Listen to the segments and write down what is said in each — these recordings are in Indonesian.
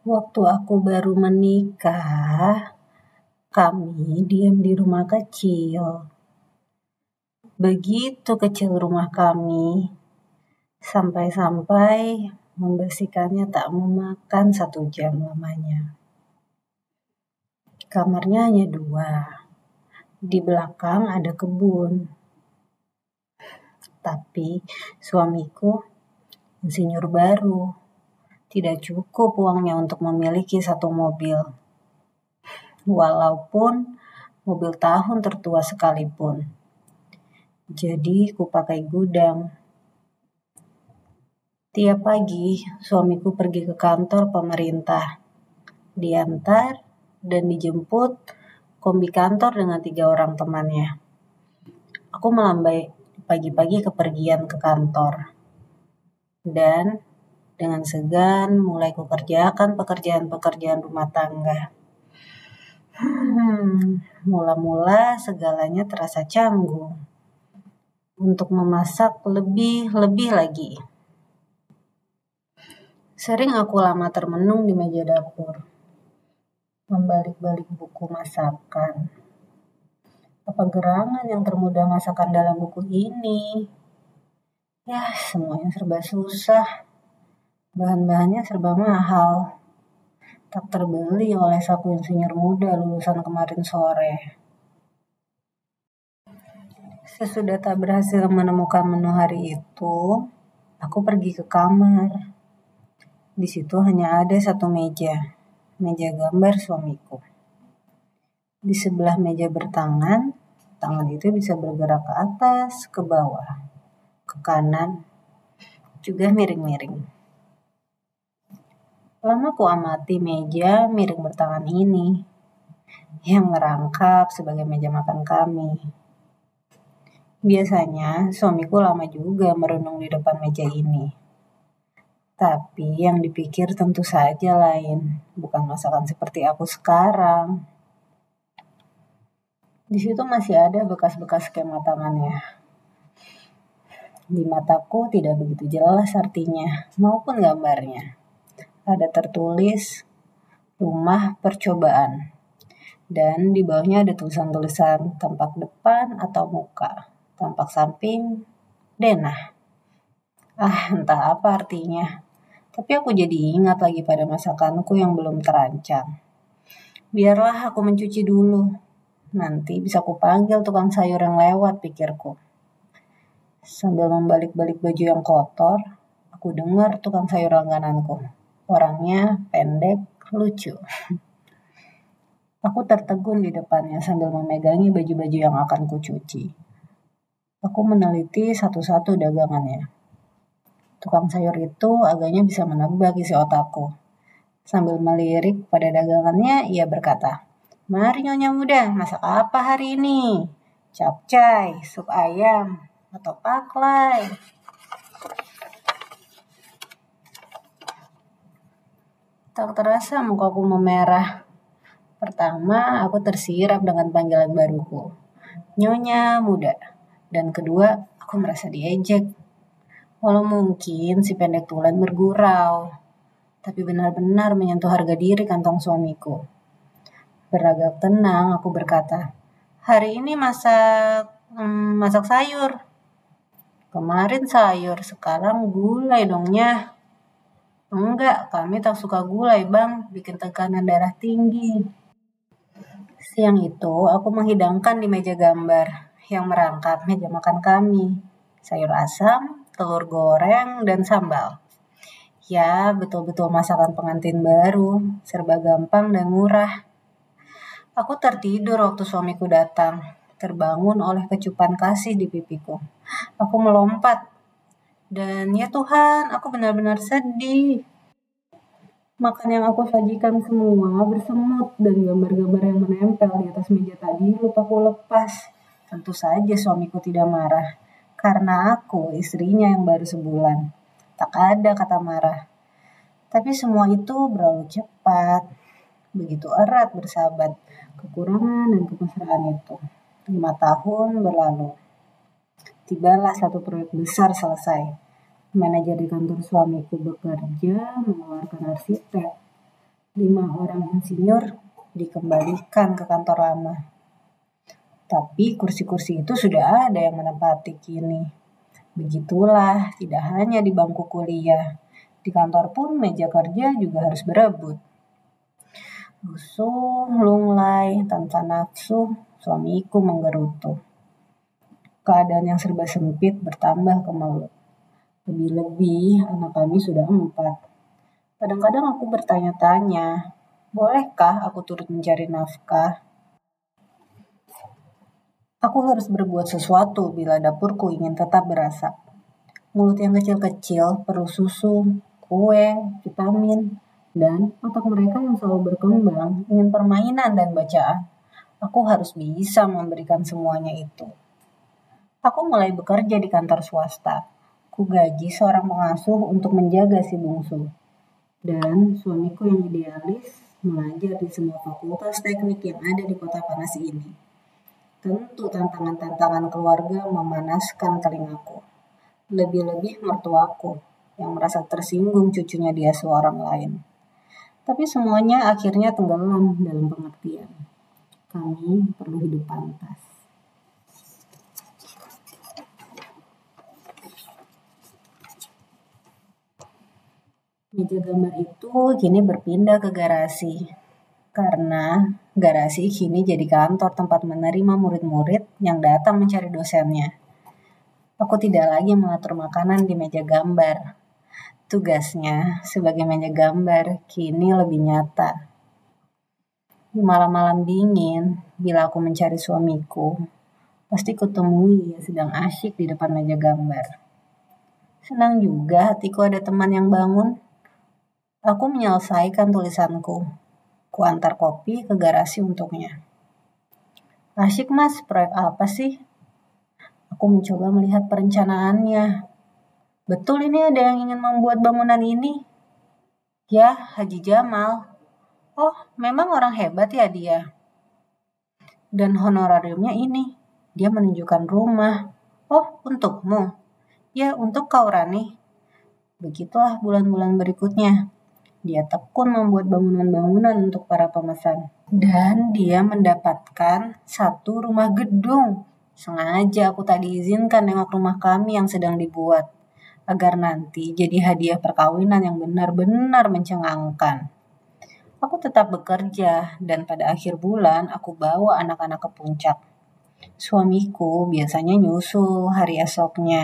Waktu aku baru menikah, kami diam di rumah kecil. Begitu kecil rumah kami, sampai-sampai membersihkannya tak memakan 1 jam lamanya. Kamarnya hanya 2. Di belakang ada kebun. Tapi suamiku insinyur baru. Tidak cukup uangnya untuk memiliki 1 mobil. Walaupun mobil tahun tertua sekalipun. Jadi kupakai gudang. Tiap pagi suamiku pergi ke kantor pemerintah. Diantar dan dijemput kombi kantor dengan 3 orang temannya. Aku melambai pagi-pagi kepergian ke kantor. Dan dengan segan mulai kukerjakan pekerjaan-pekerjaan rumah tangga. Mula-mula segalanya terasa canggung. Untuk memasak lebih lagi. Sering aku lama termenung di meja dapur. Membalik-balik buku masakan. Apa gerangan yang termudah masakan dalam buku ini? Ya, semuanya serba susah. Bahan-bahannya serba mahal. Tak terbeli oleh saku insinyur muda lulusan kemarin sore. Sesudah tak berhasil menemukan menu hari itu, aku pergi ke kamar. Di situ hanya ada 1 meja gambar suamiku. Di sebelah meja bertangan, tangan itu bisa bergerak ke atas, ke bawah, ke kanan, juga miring-miring. Lama ku amati meja miring bertangan ini, yang merangkap sebagai meja makan kami. Biasanya suamiku lama juga merenung di depan meja ini. Tapi yang dipikir tentu saja lain, bukan masakan seperti aku sekarang. Di situ masih ada bekas-bekas skema tangannya. Di mataku tidak begitu jelas artinya maupun gambarnya. Ada tertulis rumah percobaan. Dan di bawahnya ada tulisan-tulisan tampak depan atau muka, tampak samping, denah. Entah apa artinya. Tapi aku jadi ingat lagi pada masakanku yang belum terancang. Biarlah aku mencuci dulu. Nanti bisa kupanggil tukang sayur yang lewat, pikirku. Sambil membalik-balik baju yang kotor, aku dengar tukang sayur langgananku. Orangnya pendek, lucu. Aku tertegun di depannya sambil memegangi baju-baju yang akan kucuci. Aku meneliti satu-satu dagangannya. Tukang sayur itu agaknya bisa menebak isi otakku. Sambil melirik pada dagangannya, ia berkata, "Mari Nyonya Muda, masak apa hari ini? Capcay, sup ayam, atau paklay?" Tak terasa mukaku memerah. Pertama, aku tersirap dengan panggilan baruku, Nyonya Muda. Dan kedua, aku merasa diejek. Walau mungkin si pendek tulen bergurau, tapi benar-benar menyentuh harga diri kantong suamiku. Beragak tenang, aku berkata, "Hari ini masak sayur." "Kemarin sayur, sekarang gulai dongnya." "Enggak, kami tak suka gulai bang, bikin tekanan darah tinggi." Siang itu, aku menghidangkan di meja gambar yang merangkap meja makan kami. Sayur asam, telur goreng, dan sambal. Ya, betul-betul masakan pengantin baru, serba gampang dan murah. Aku tertidur waktu suamiku datang, terbangun oleh kecupan kasih di pipiku. Aku melompat, dan ya Tuhan, aku benar-benar sedih. Makan yang aku sajikan semua bersemut dan gambar-gambar yang menempel di atas meja tadi lupa aku lepas. Tentu saja suamiku tidak marah, karena aku istrinya yang baru sebulan. Tak ada kata marah. Tapi semua itu berlalu cepat. Begitu erat bersahabat, kekurangan dan kemesraan itu. 5 tahun berlalu. Tibalah 1 proyek besar selesai. Manajer di kantor suamiku bekerja mengeluarkan arsitek. 5 orang insinyur dikembalikan ke kantor lama. Tapi kursi-kursi itu sudah ada yang menempati kini. Begitulah, tidak hanya di bangku kuliah. Di kantor pun meja kerja juga harus berebut. Lusuh, lunglai, tanpa nafsu, suamiku menggerutu. Keadaan yang serba sempit bertambah kemelut. Lebih-lebih anak kami sudah 4. Kadang-kadang aku bertanya-tanya, bolehkah aku turut mencari nafkah? Aku harus berbuat sesuatu bila dapurku ingin tetap berasa. Mulut yang kecil-kecil perlu susu, kue, vitamin, dan otak mereka yang selalu berkembang ingin permainan dan bacaan. Aku harus bisa memberikan semuanya itu. Aku mulai bekerja di kantor swasta. Ku gaji seorang pengasuh untuk menjaga si bungsu. Dan suamiku yang idealis mengajar di semua fakultas teknik yang ada di kota panas ini. Tentu tantangan-tantangan keluarga memanaskan telingaku. Lebih-lebih mertuaku yang merasa tersinggung cucunya dia seorang lain. Tapi semuanya akhirnya tenggelam dalam pengertian. Kami perlu hidup pantas. Meja gambar itu kini berpindah ke garasi. Karena garasi kini jadi kantor tempat menerima murid-murid yang datang mencari dosennya. Aku tidak lagi mengatur makanan di meja gambar. Tugasnya sebagai meja gambar kini lebih nyata. Di malam-malam dingin, bila aku mencari suamiku, pasti kutemui ia sedang asyik di depan meja gambar. Senang juga hatiku ada teman yang bangun. Aku menyelesaikan tulisanku. Ku antar kopi ke garasi untuknya. Asyik mas, proyek apa sih? Aku mencoba melihat perencanaannya. Betul ini ada yang ingin membuat bangunan ini? Ya, Haji Jamal. Oh, memang orang hebat ya dia. Dan honorariumnya ini. Dia menunjukkan rumah. Oh, untukmu? Ya, untuk kau Rani. Begitulah bulan-bulan berikutnya. Dia tekun membuat bangunan-bangunan untuk para pemesan. Dan dia mendapatkan satu rumah gedung. Sengaja aku tak diizinkan nengok rumah kami yang sedang dibuat. Agar nanti jadi hadiah perkawinan yang benar-benar mencengangkan. Aku tetap bekerja dan pada akhir bulan aku bawa anak-anak ke puncak. Suamiku biasanya nyusul hari esoknya.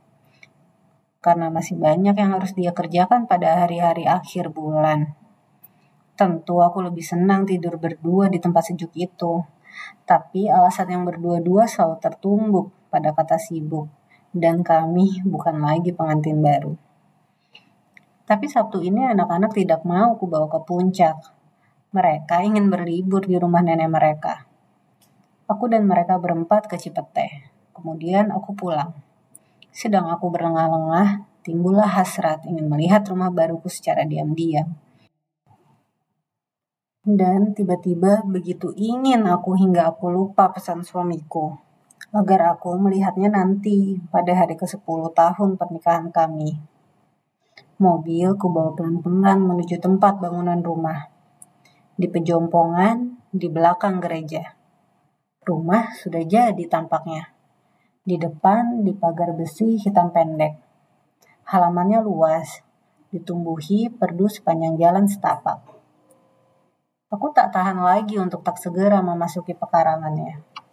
Karena masih banyak yang harus dia kerjakan pada hari-hari akhir bulan. Tentu aku lebih senang tidur berdua di tempat sejuk itu. Tapi alasan yang berdua-dua selalu tertumbuk pada kata sibuk. Dan kami bukan lagi pengantin baru. Tapi Sabtu ini anak-anak tidak mau kubawa ke puncak. Mereka ingin berlibur di rumah nenek mereka. Aku dan mereka berempat ke Cipete. Kemudian aku pulang. Sedang aku berlengah-lengah, timbullah hasrat ingin melihat rumah baruku secara diam-diam. Dan tiba-tiba begitu ingin aku hingga aku lupa pesan suamiku. Agar aku melihatnya nanti pada hari ke-10 tahun pernikahan kami. Mobil kubawa pelan-pelan menuju tempat bangunan rumah. Di pejompongan, di belakang gereja. Rumah sudah jadi tampaknya. Di depan, di pagar besi hitam pendek. Halamannya luas, ditumbuhi perdu sepanjang jalan setapak. Aku tak tahan lagi untuk tak segera memasuki pekarangannya.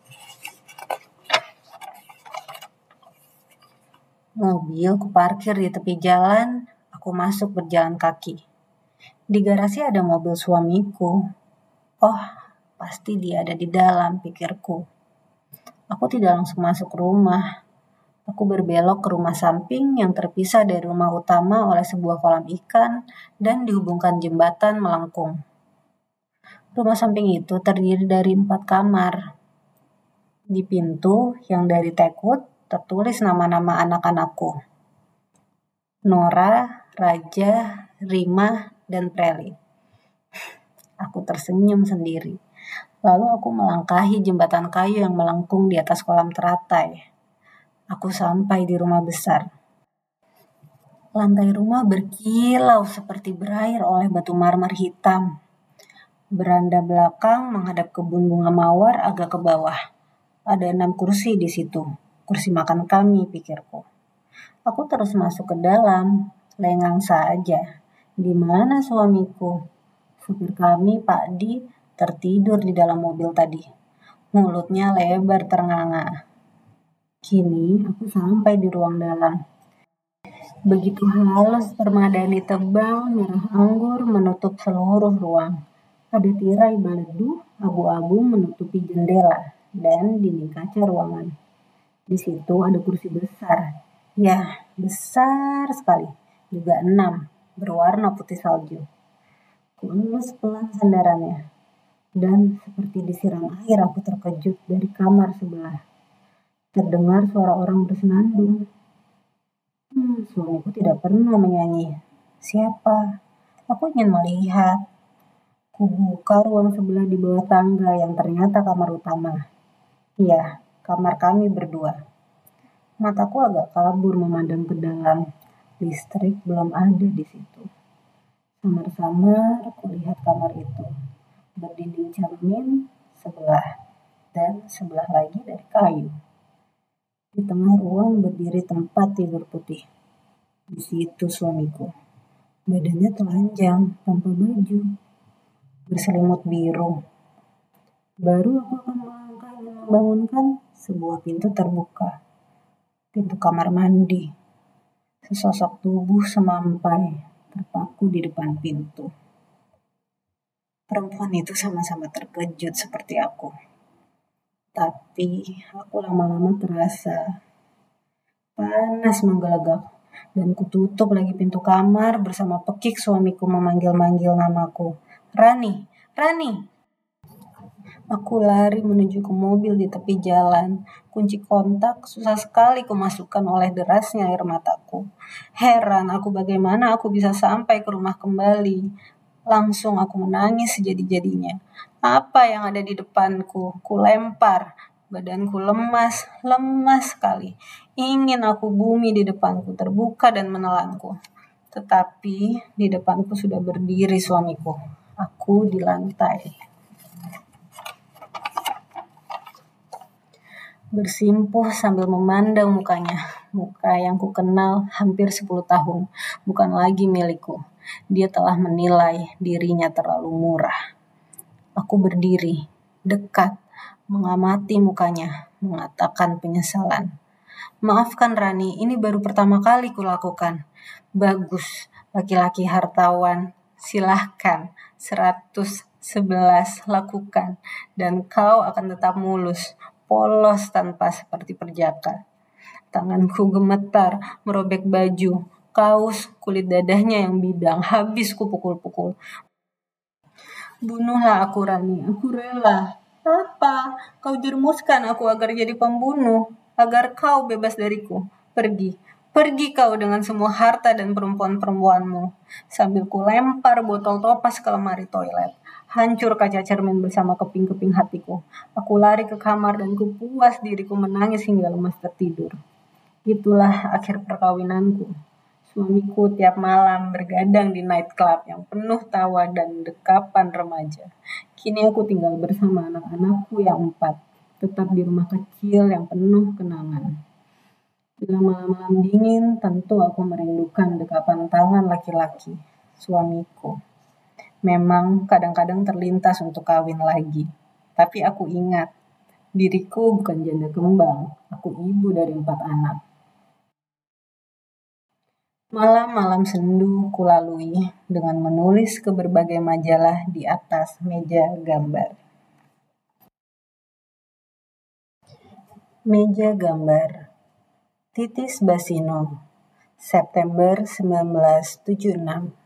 Mobil kuparkir di tepi jalan, aku masuk berjalan kaki. Di garasi ada mobil suamiku. Oh, pasti dia ada di dalam, pikirku. Aku tidak langsung masuk rumah. Aku berbelok ke rumah samping yang terpisah dari rumah utama oleh sebuah kolam ikan dan dihubungkan jembatan melengkung. Rumah samping itu terdiri dari 4 kamar. Di pintu yang dari tekuk tertulis nama-nama anak-anakku. Nora, Raja, Rima, dan Preli. Aku tersenyum sendiri. Lalu aku melangkahi jembatan kayu yang melengkung di atas kolam teratai. Aku sampai di rumah besar. Lantai rumah berkilau seperti berair oleh batu marmer hitam. Beranda belakang menghadap kebun bunga mawar agak ke bawah. Ada 6 kursi di situ. Kursi makan kami, pikirku. Aku terus masuk ke dalam, lengang saja. Di mana suamiku? Supir kami, Pak Di, tertidur di dalam mobil tadi. Mulutnya lebar ternganga. Kini aku sampai di ruang dalam. Begitu halus permadani tebal merah anggur menutup seluruh ruang. Ada tirai baladu abu-abu menutupi jendela dan dinding kaca ruangan. Di situ ada kursi besar. Ya, besar sekali. Juga 6, berwarna putih salju. Kulus pelan sandarannya. Dan seperti disiram air aku terkejut dari kamar sebelah. Terdengar suara orang bersenandung. Suamiku tidak pernah menyanyi. Siapa? Aku ingin melihat. Kubuka ruang sebelah di bawah tangga yang ternyata kamar utama. Iya, kamar kami berdua. Mataku agak kabur memandang ke dalam. Listrik belum ada di situ. Samar-samar kulihat kamar itu. Berdinding cermin sebelah dan sebelah lagi dari kayu. Di tengah ruang berdiri tempat tidur putih. Di situ suamiku. Badannya telanjang, tanpa baju, berselimut biru. Baru aku akan melangkah ingin membangunkan, sebuah pintu terbuka. Pintu kamar mandi. Sesosok tubuh semampai terpaku di depan pintu. Perempuan itu sama-sama terkejut seperti aku. Tapi aku lama-lama terasa panas menggelegak. Dan kututup lagi pintu kamar bersama pekik suamiku memanggil-manggil namaku. Rani, Rani. Aku lari menuju ke mobil di tepi jalan. Kunci kontak susah sekali kumasukkan oleh derasnya air mataku. Heran aku bagaimana aku bisa sampai ke rumah kembali. Langsung aku menangis sejadi-jadinya. Apa yang ada di depanku? Kulempar. Badanku lemas, lemas sekali. Ingin aku bumi di depanku terbuka dan menelanku. Tetapi di depanku sudah berdiri suamiku. Aku di lantai. Bersimpuh sambil memandang mukanya. Muka yang kukenal hampir 10 tahun. Bukan lagi milikku. Dia telah menilai dirinya terlalu murah. Aku berdiri, dekat, mengamati mukanya, mengatakan penyesalan. Maafkan Rani, ini baru pertama kali kulakukan. Bagus, laki-laki hartawan. Silahkan, 111 lakukan. Dan kau akan tetap mulus, polos tanpa seperti perjaka. Tanganku gemetar, merobek baju, kaos, kulit dadahnya yang bidang, habis kupukul-pukul. Bunuhlah aku Rani, aku rela. Apa? Kau jerumuskan aku agar jadi pembunuh, agar kau bebas dariku. Pergi, pergi kau dengan semua harta dan perempuan-perempuanmu. Sambil kulempar botol topas ke lemari toilet. Hancur kaca cermin bersama keping-keping hatiku. Aku lari ke kamar dan kupuas diriku menangis hingga lemas tertidur. Itulah akhir perkawinanku. Suamiku tiap malam bergadang di nightclub yang penuh tawa dan dekapan remaja. Kini aku tinggal bersama anak-anakku yang 4, tetap di rumah kecil yang penuh kenangan. Bila malam-malam dingin, tentu aku merindukan dekapan tangan laki-laki, suamiku. Memang kadang-kadang terlintas untuk kawin lagi. Tapi aku ingat, diriku bukan janda kembang, aku ibu dari 4 anak. Malam-malam sendu kulalui dengan menulis ke berbagai majalah di atas meja gambar. Meja gambar. Titis Basino, September 1976.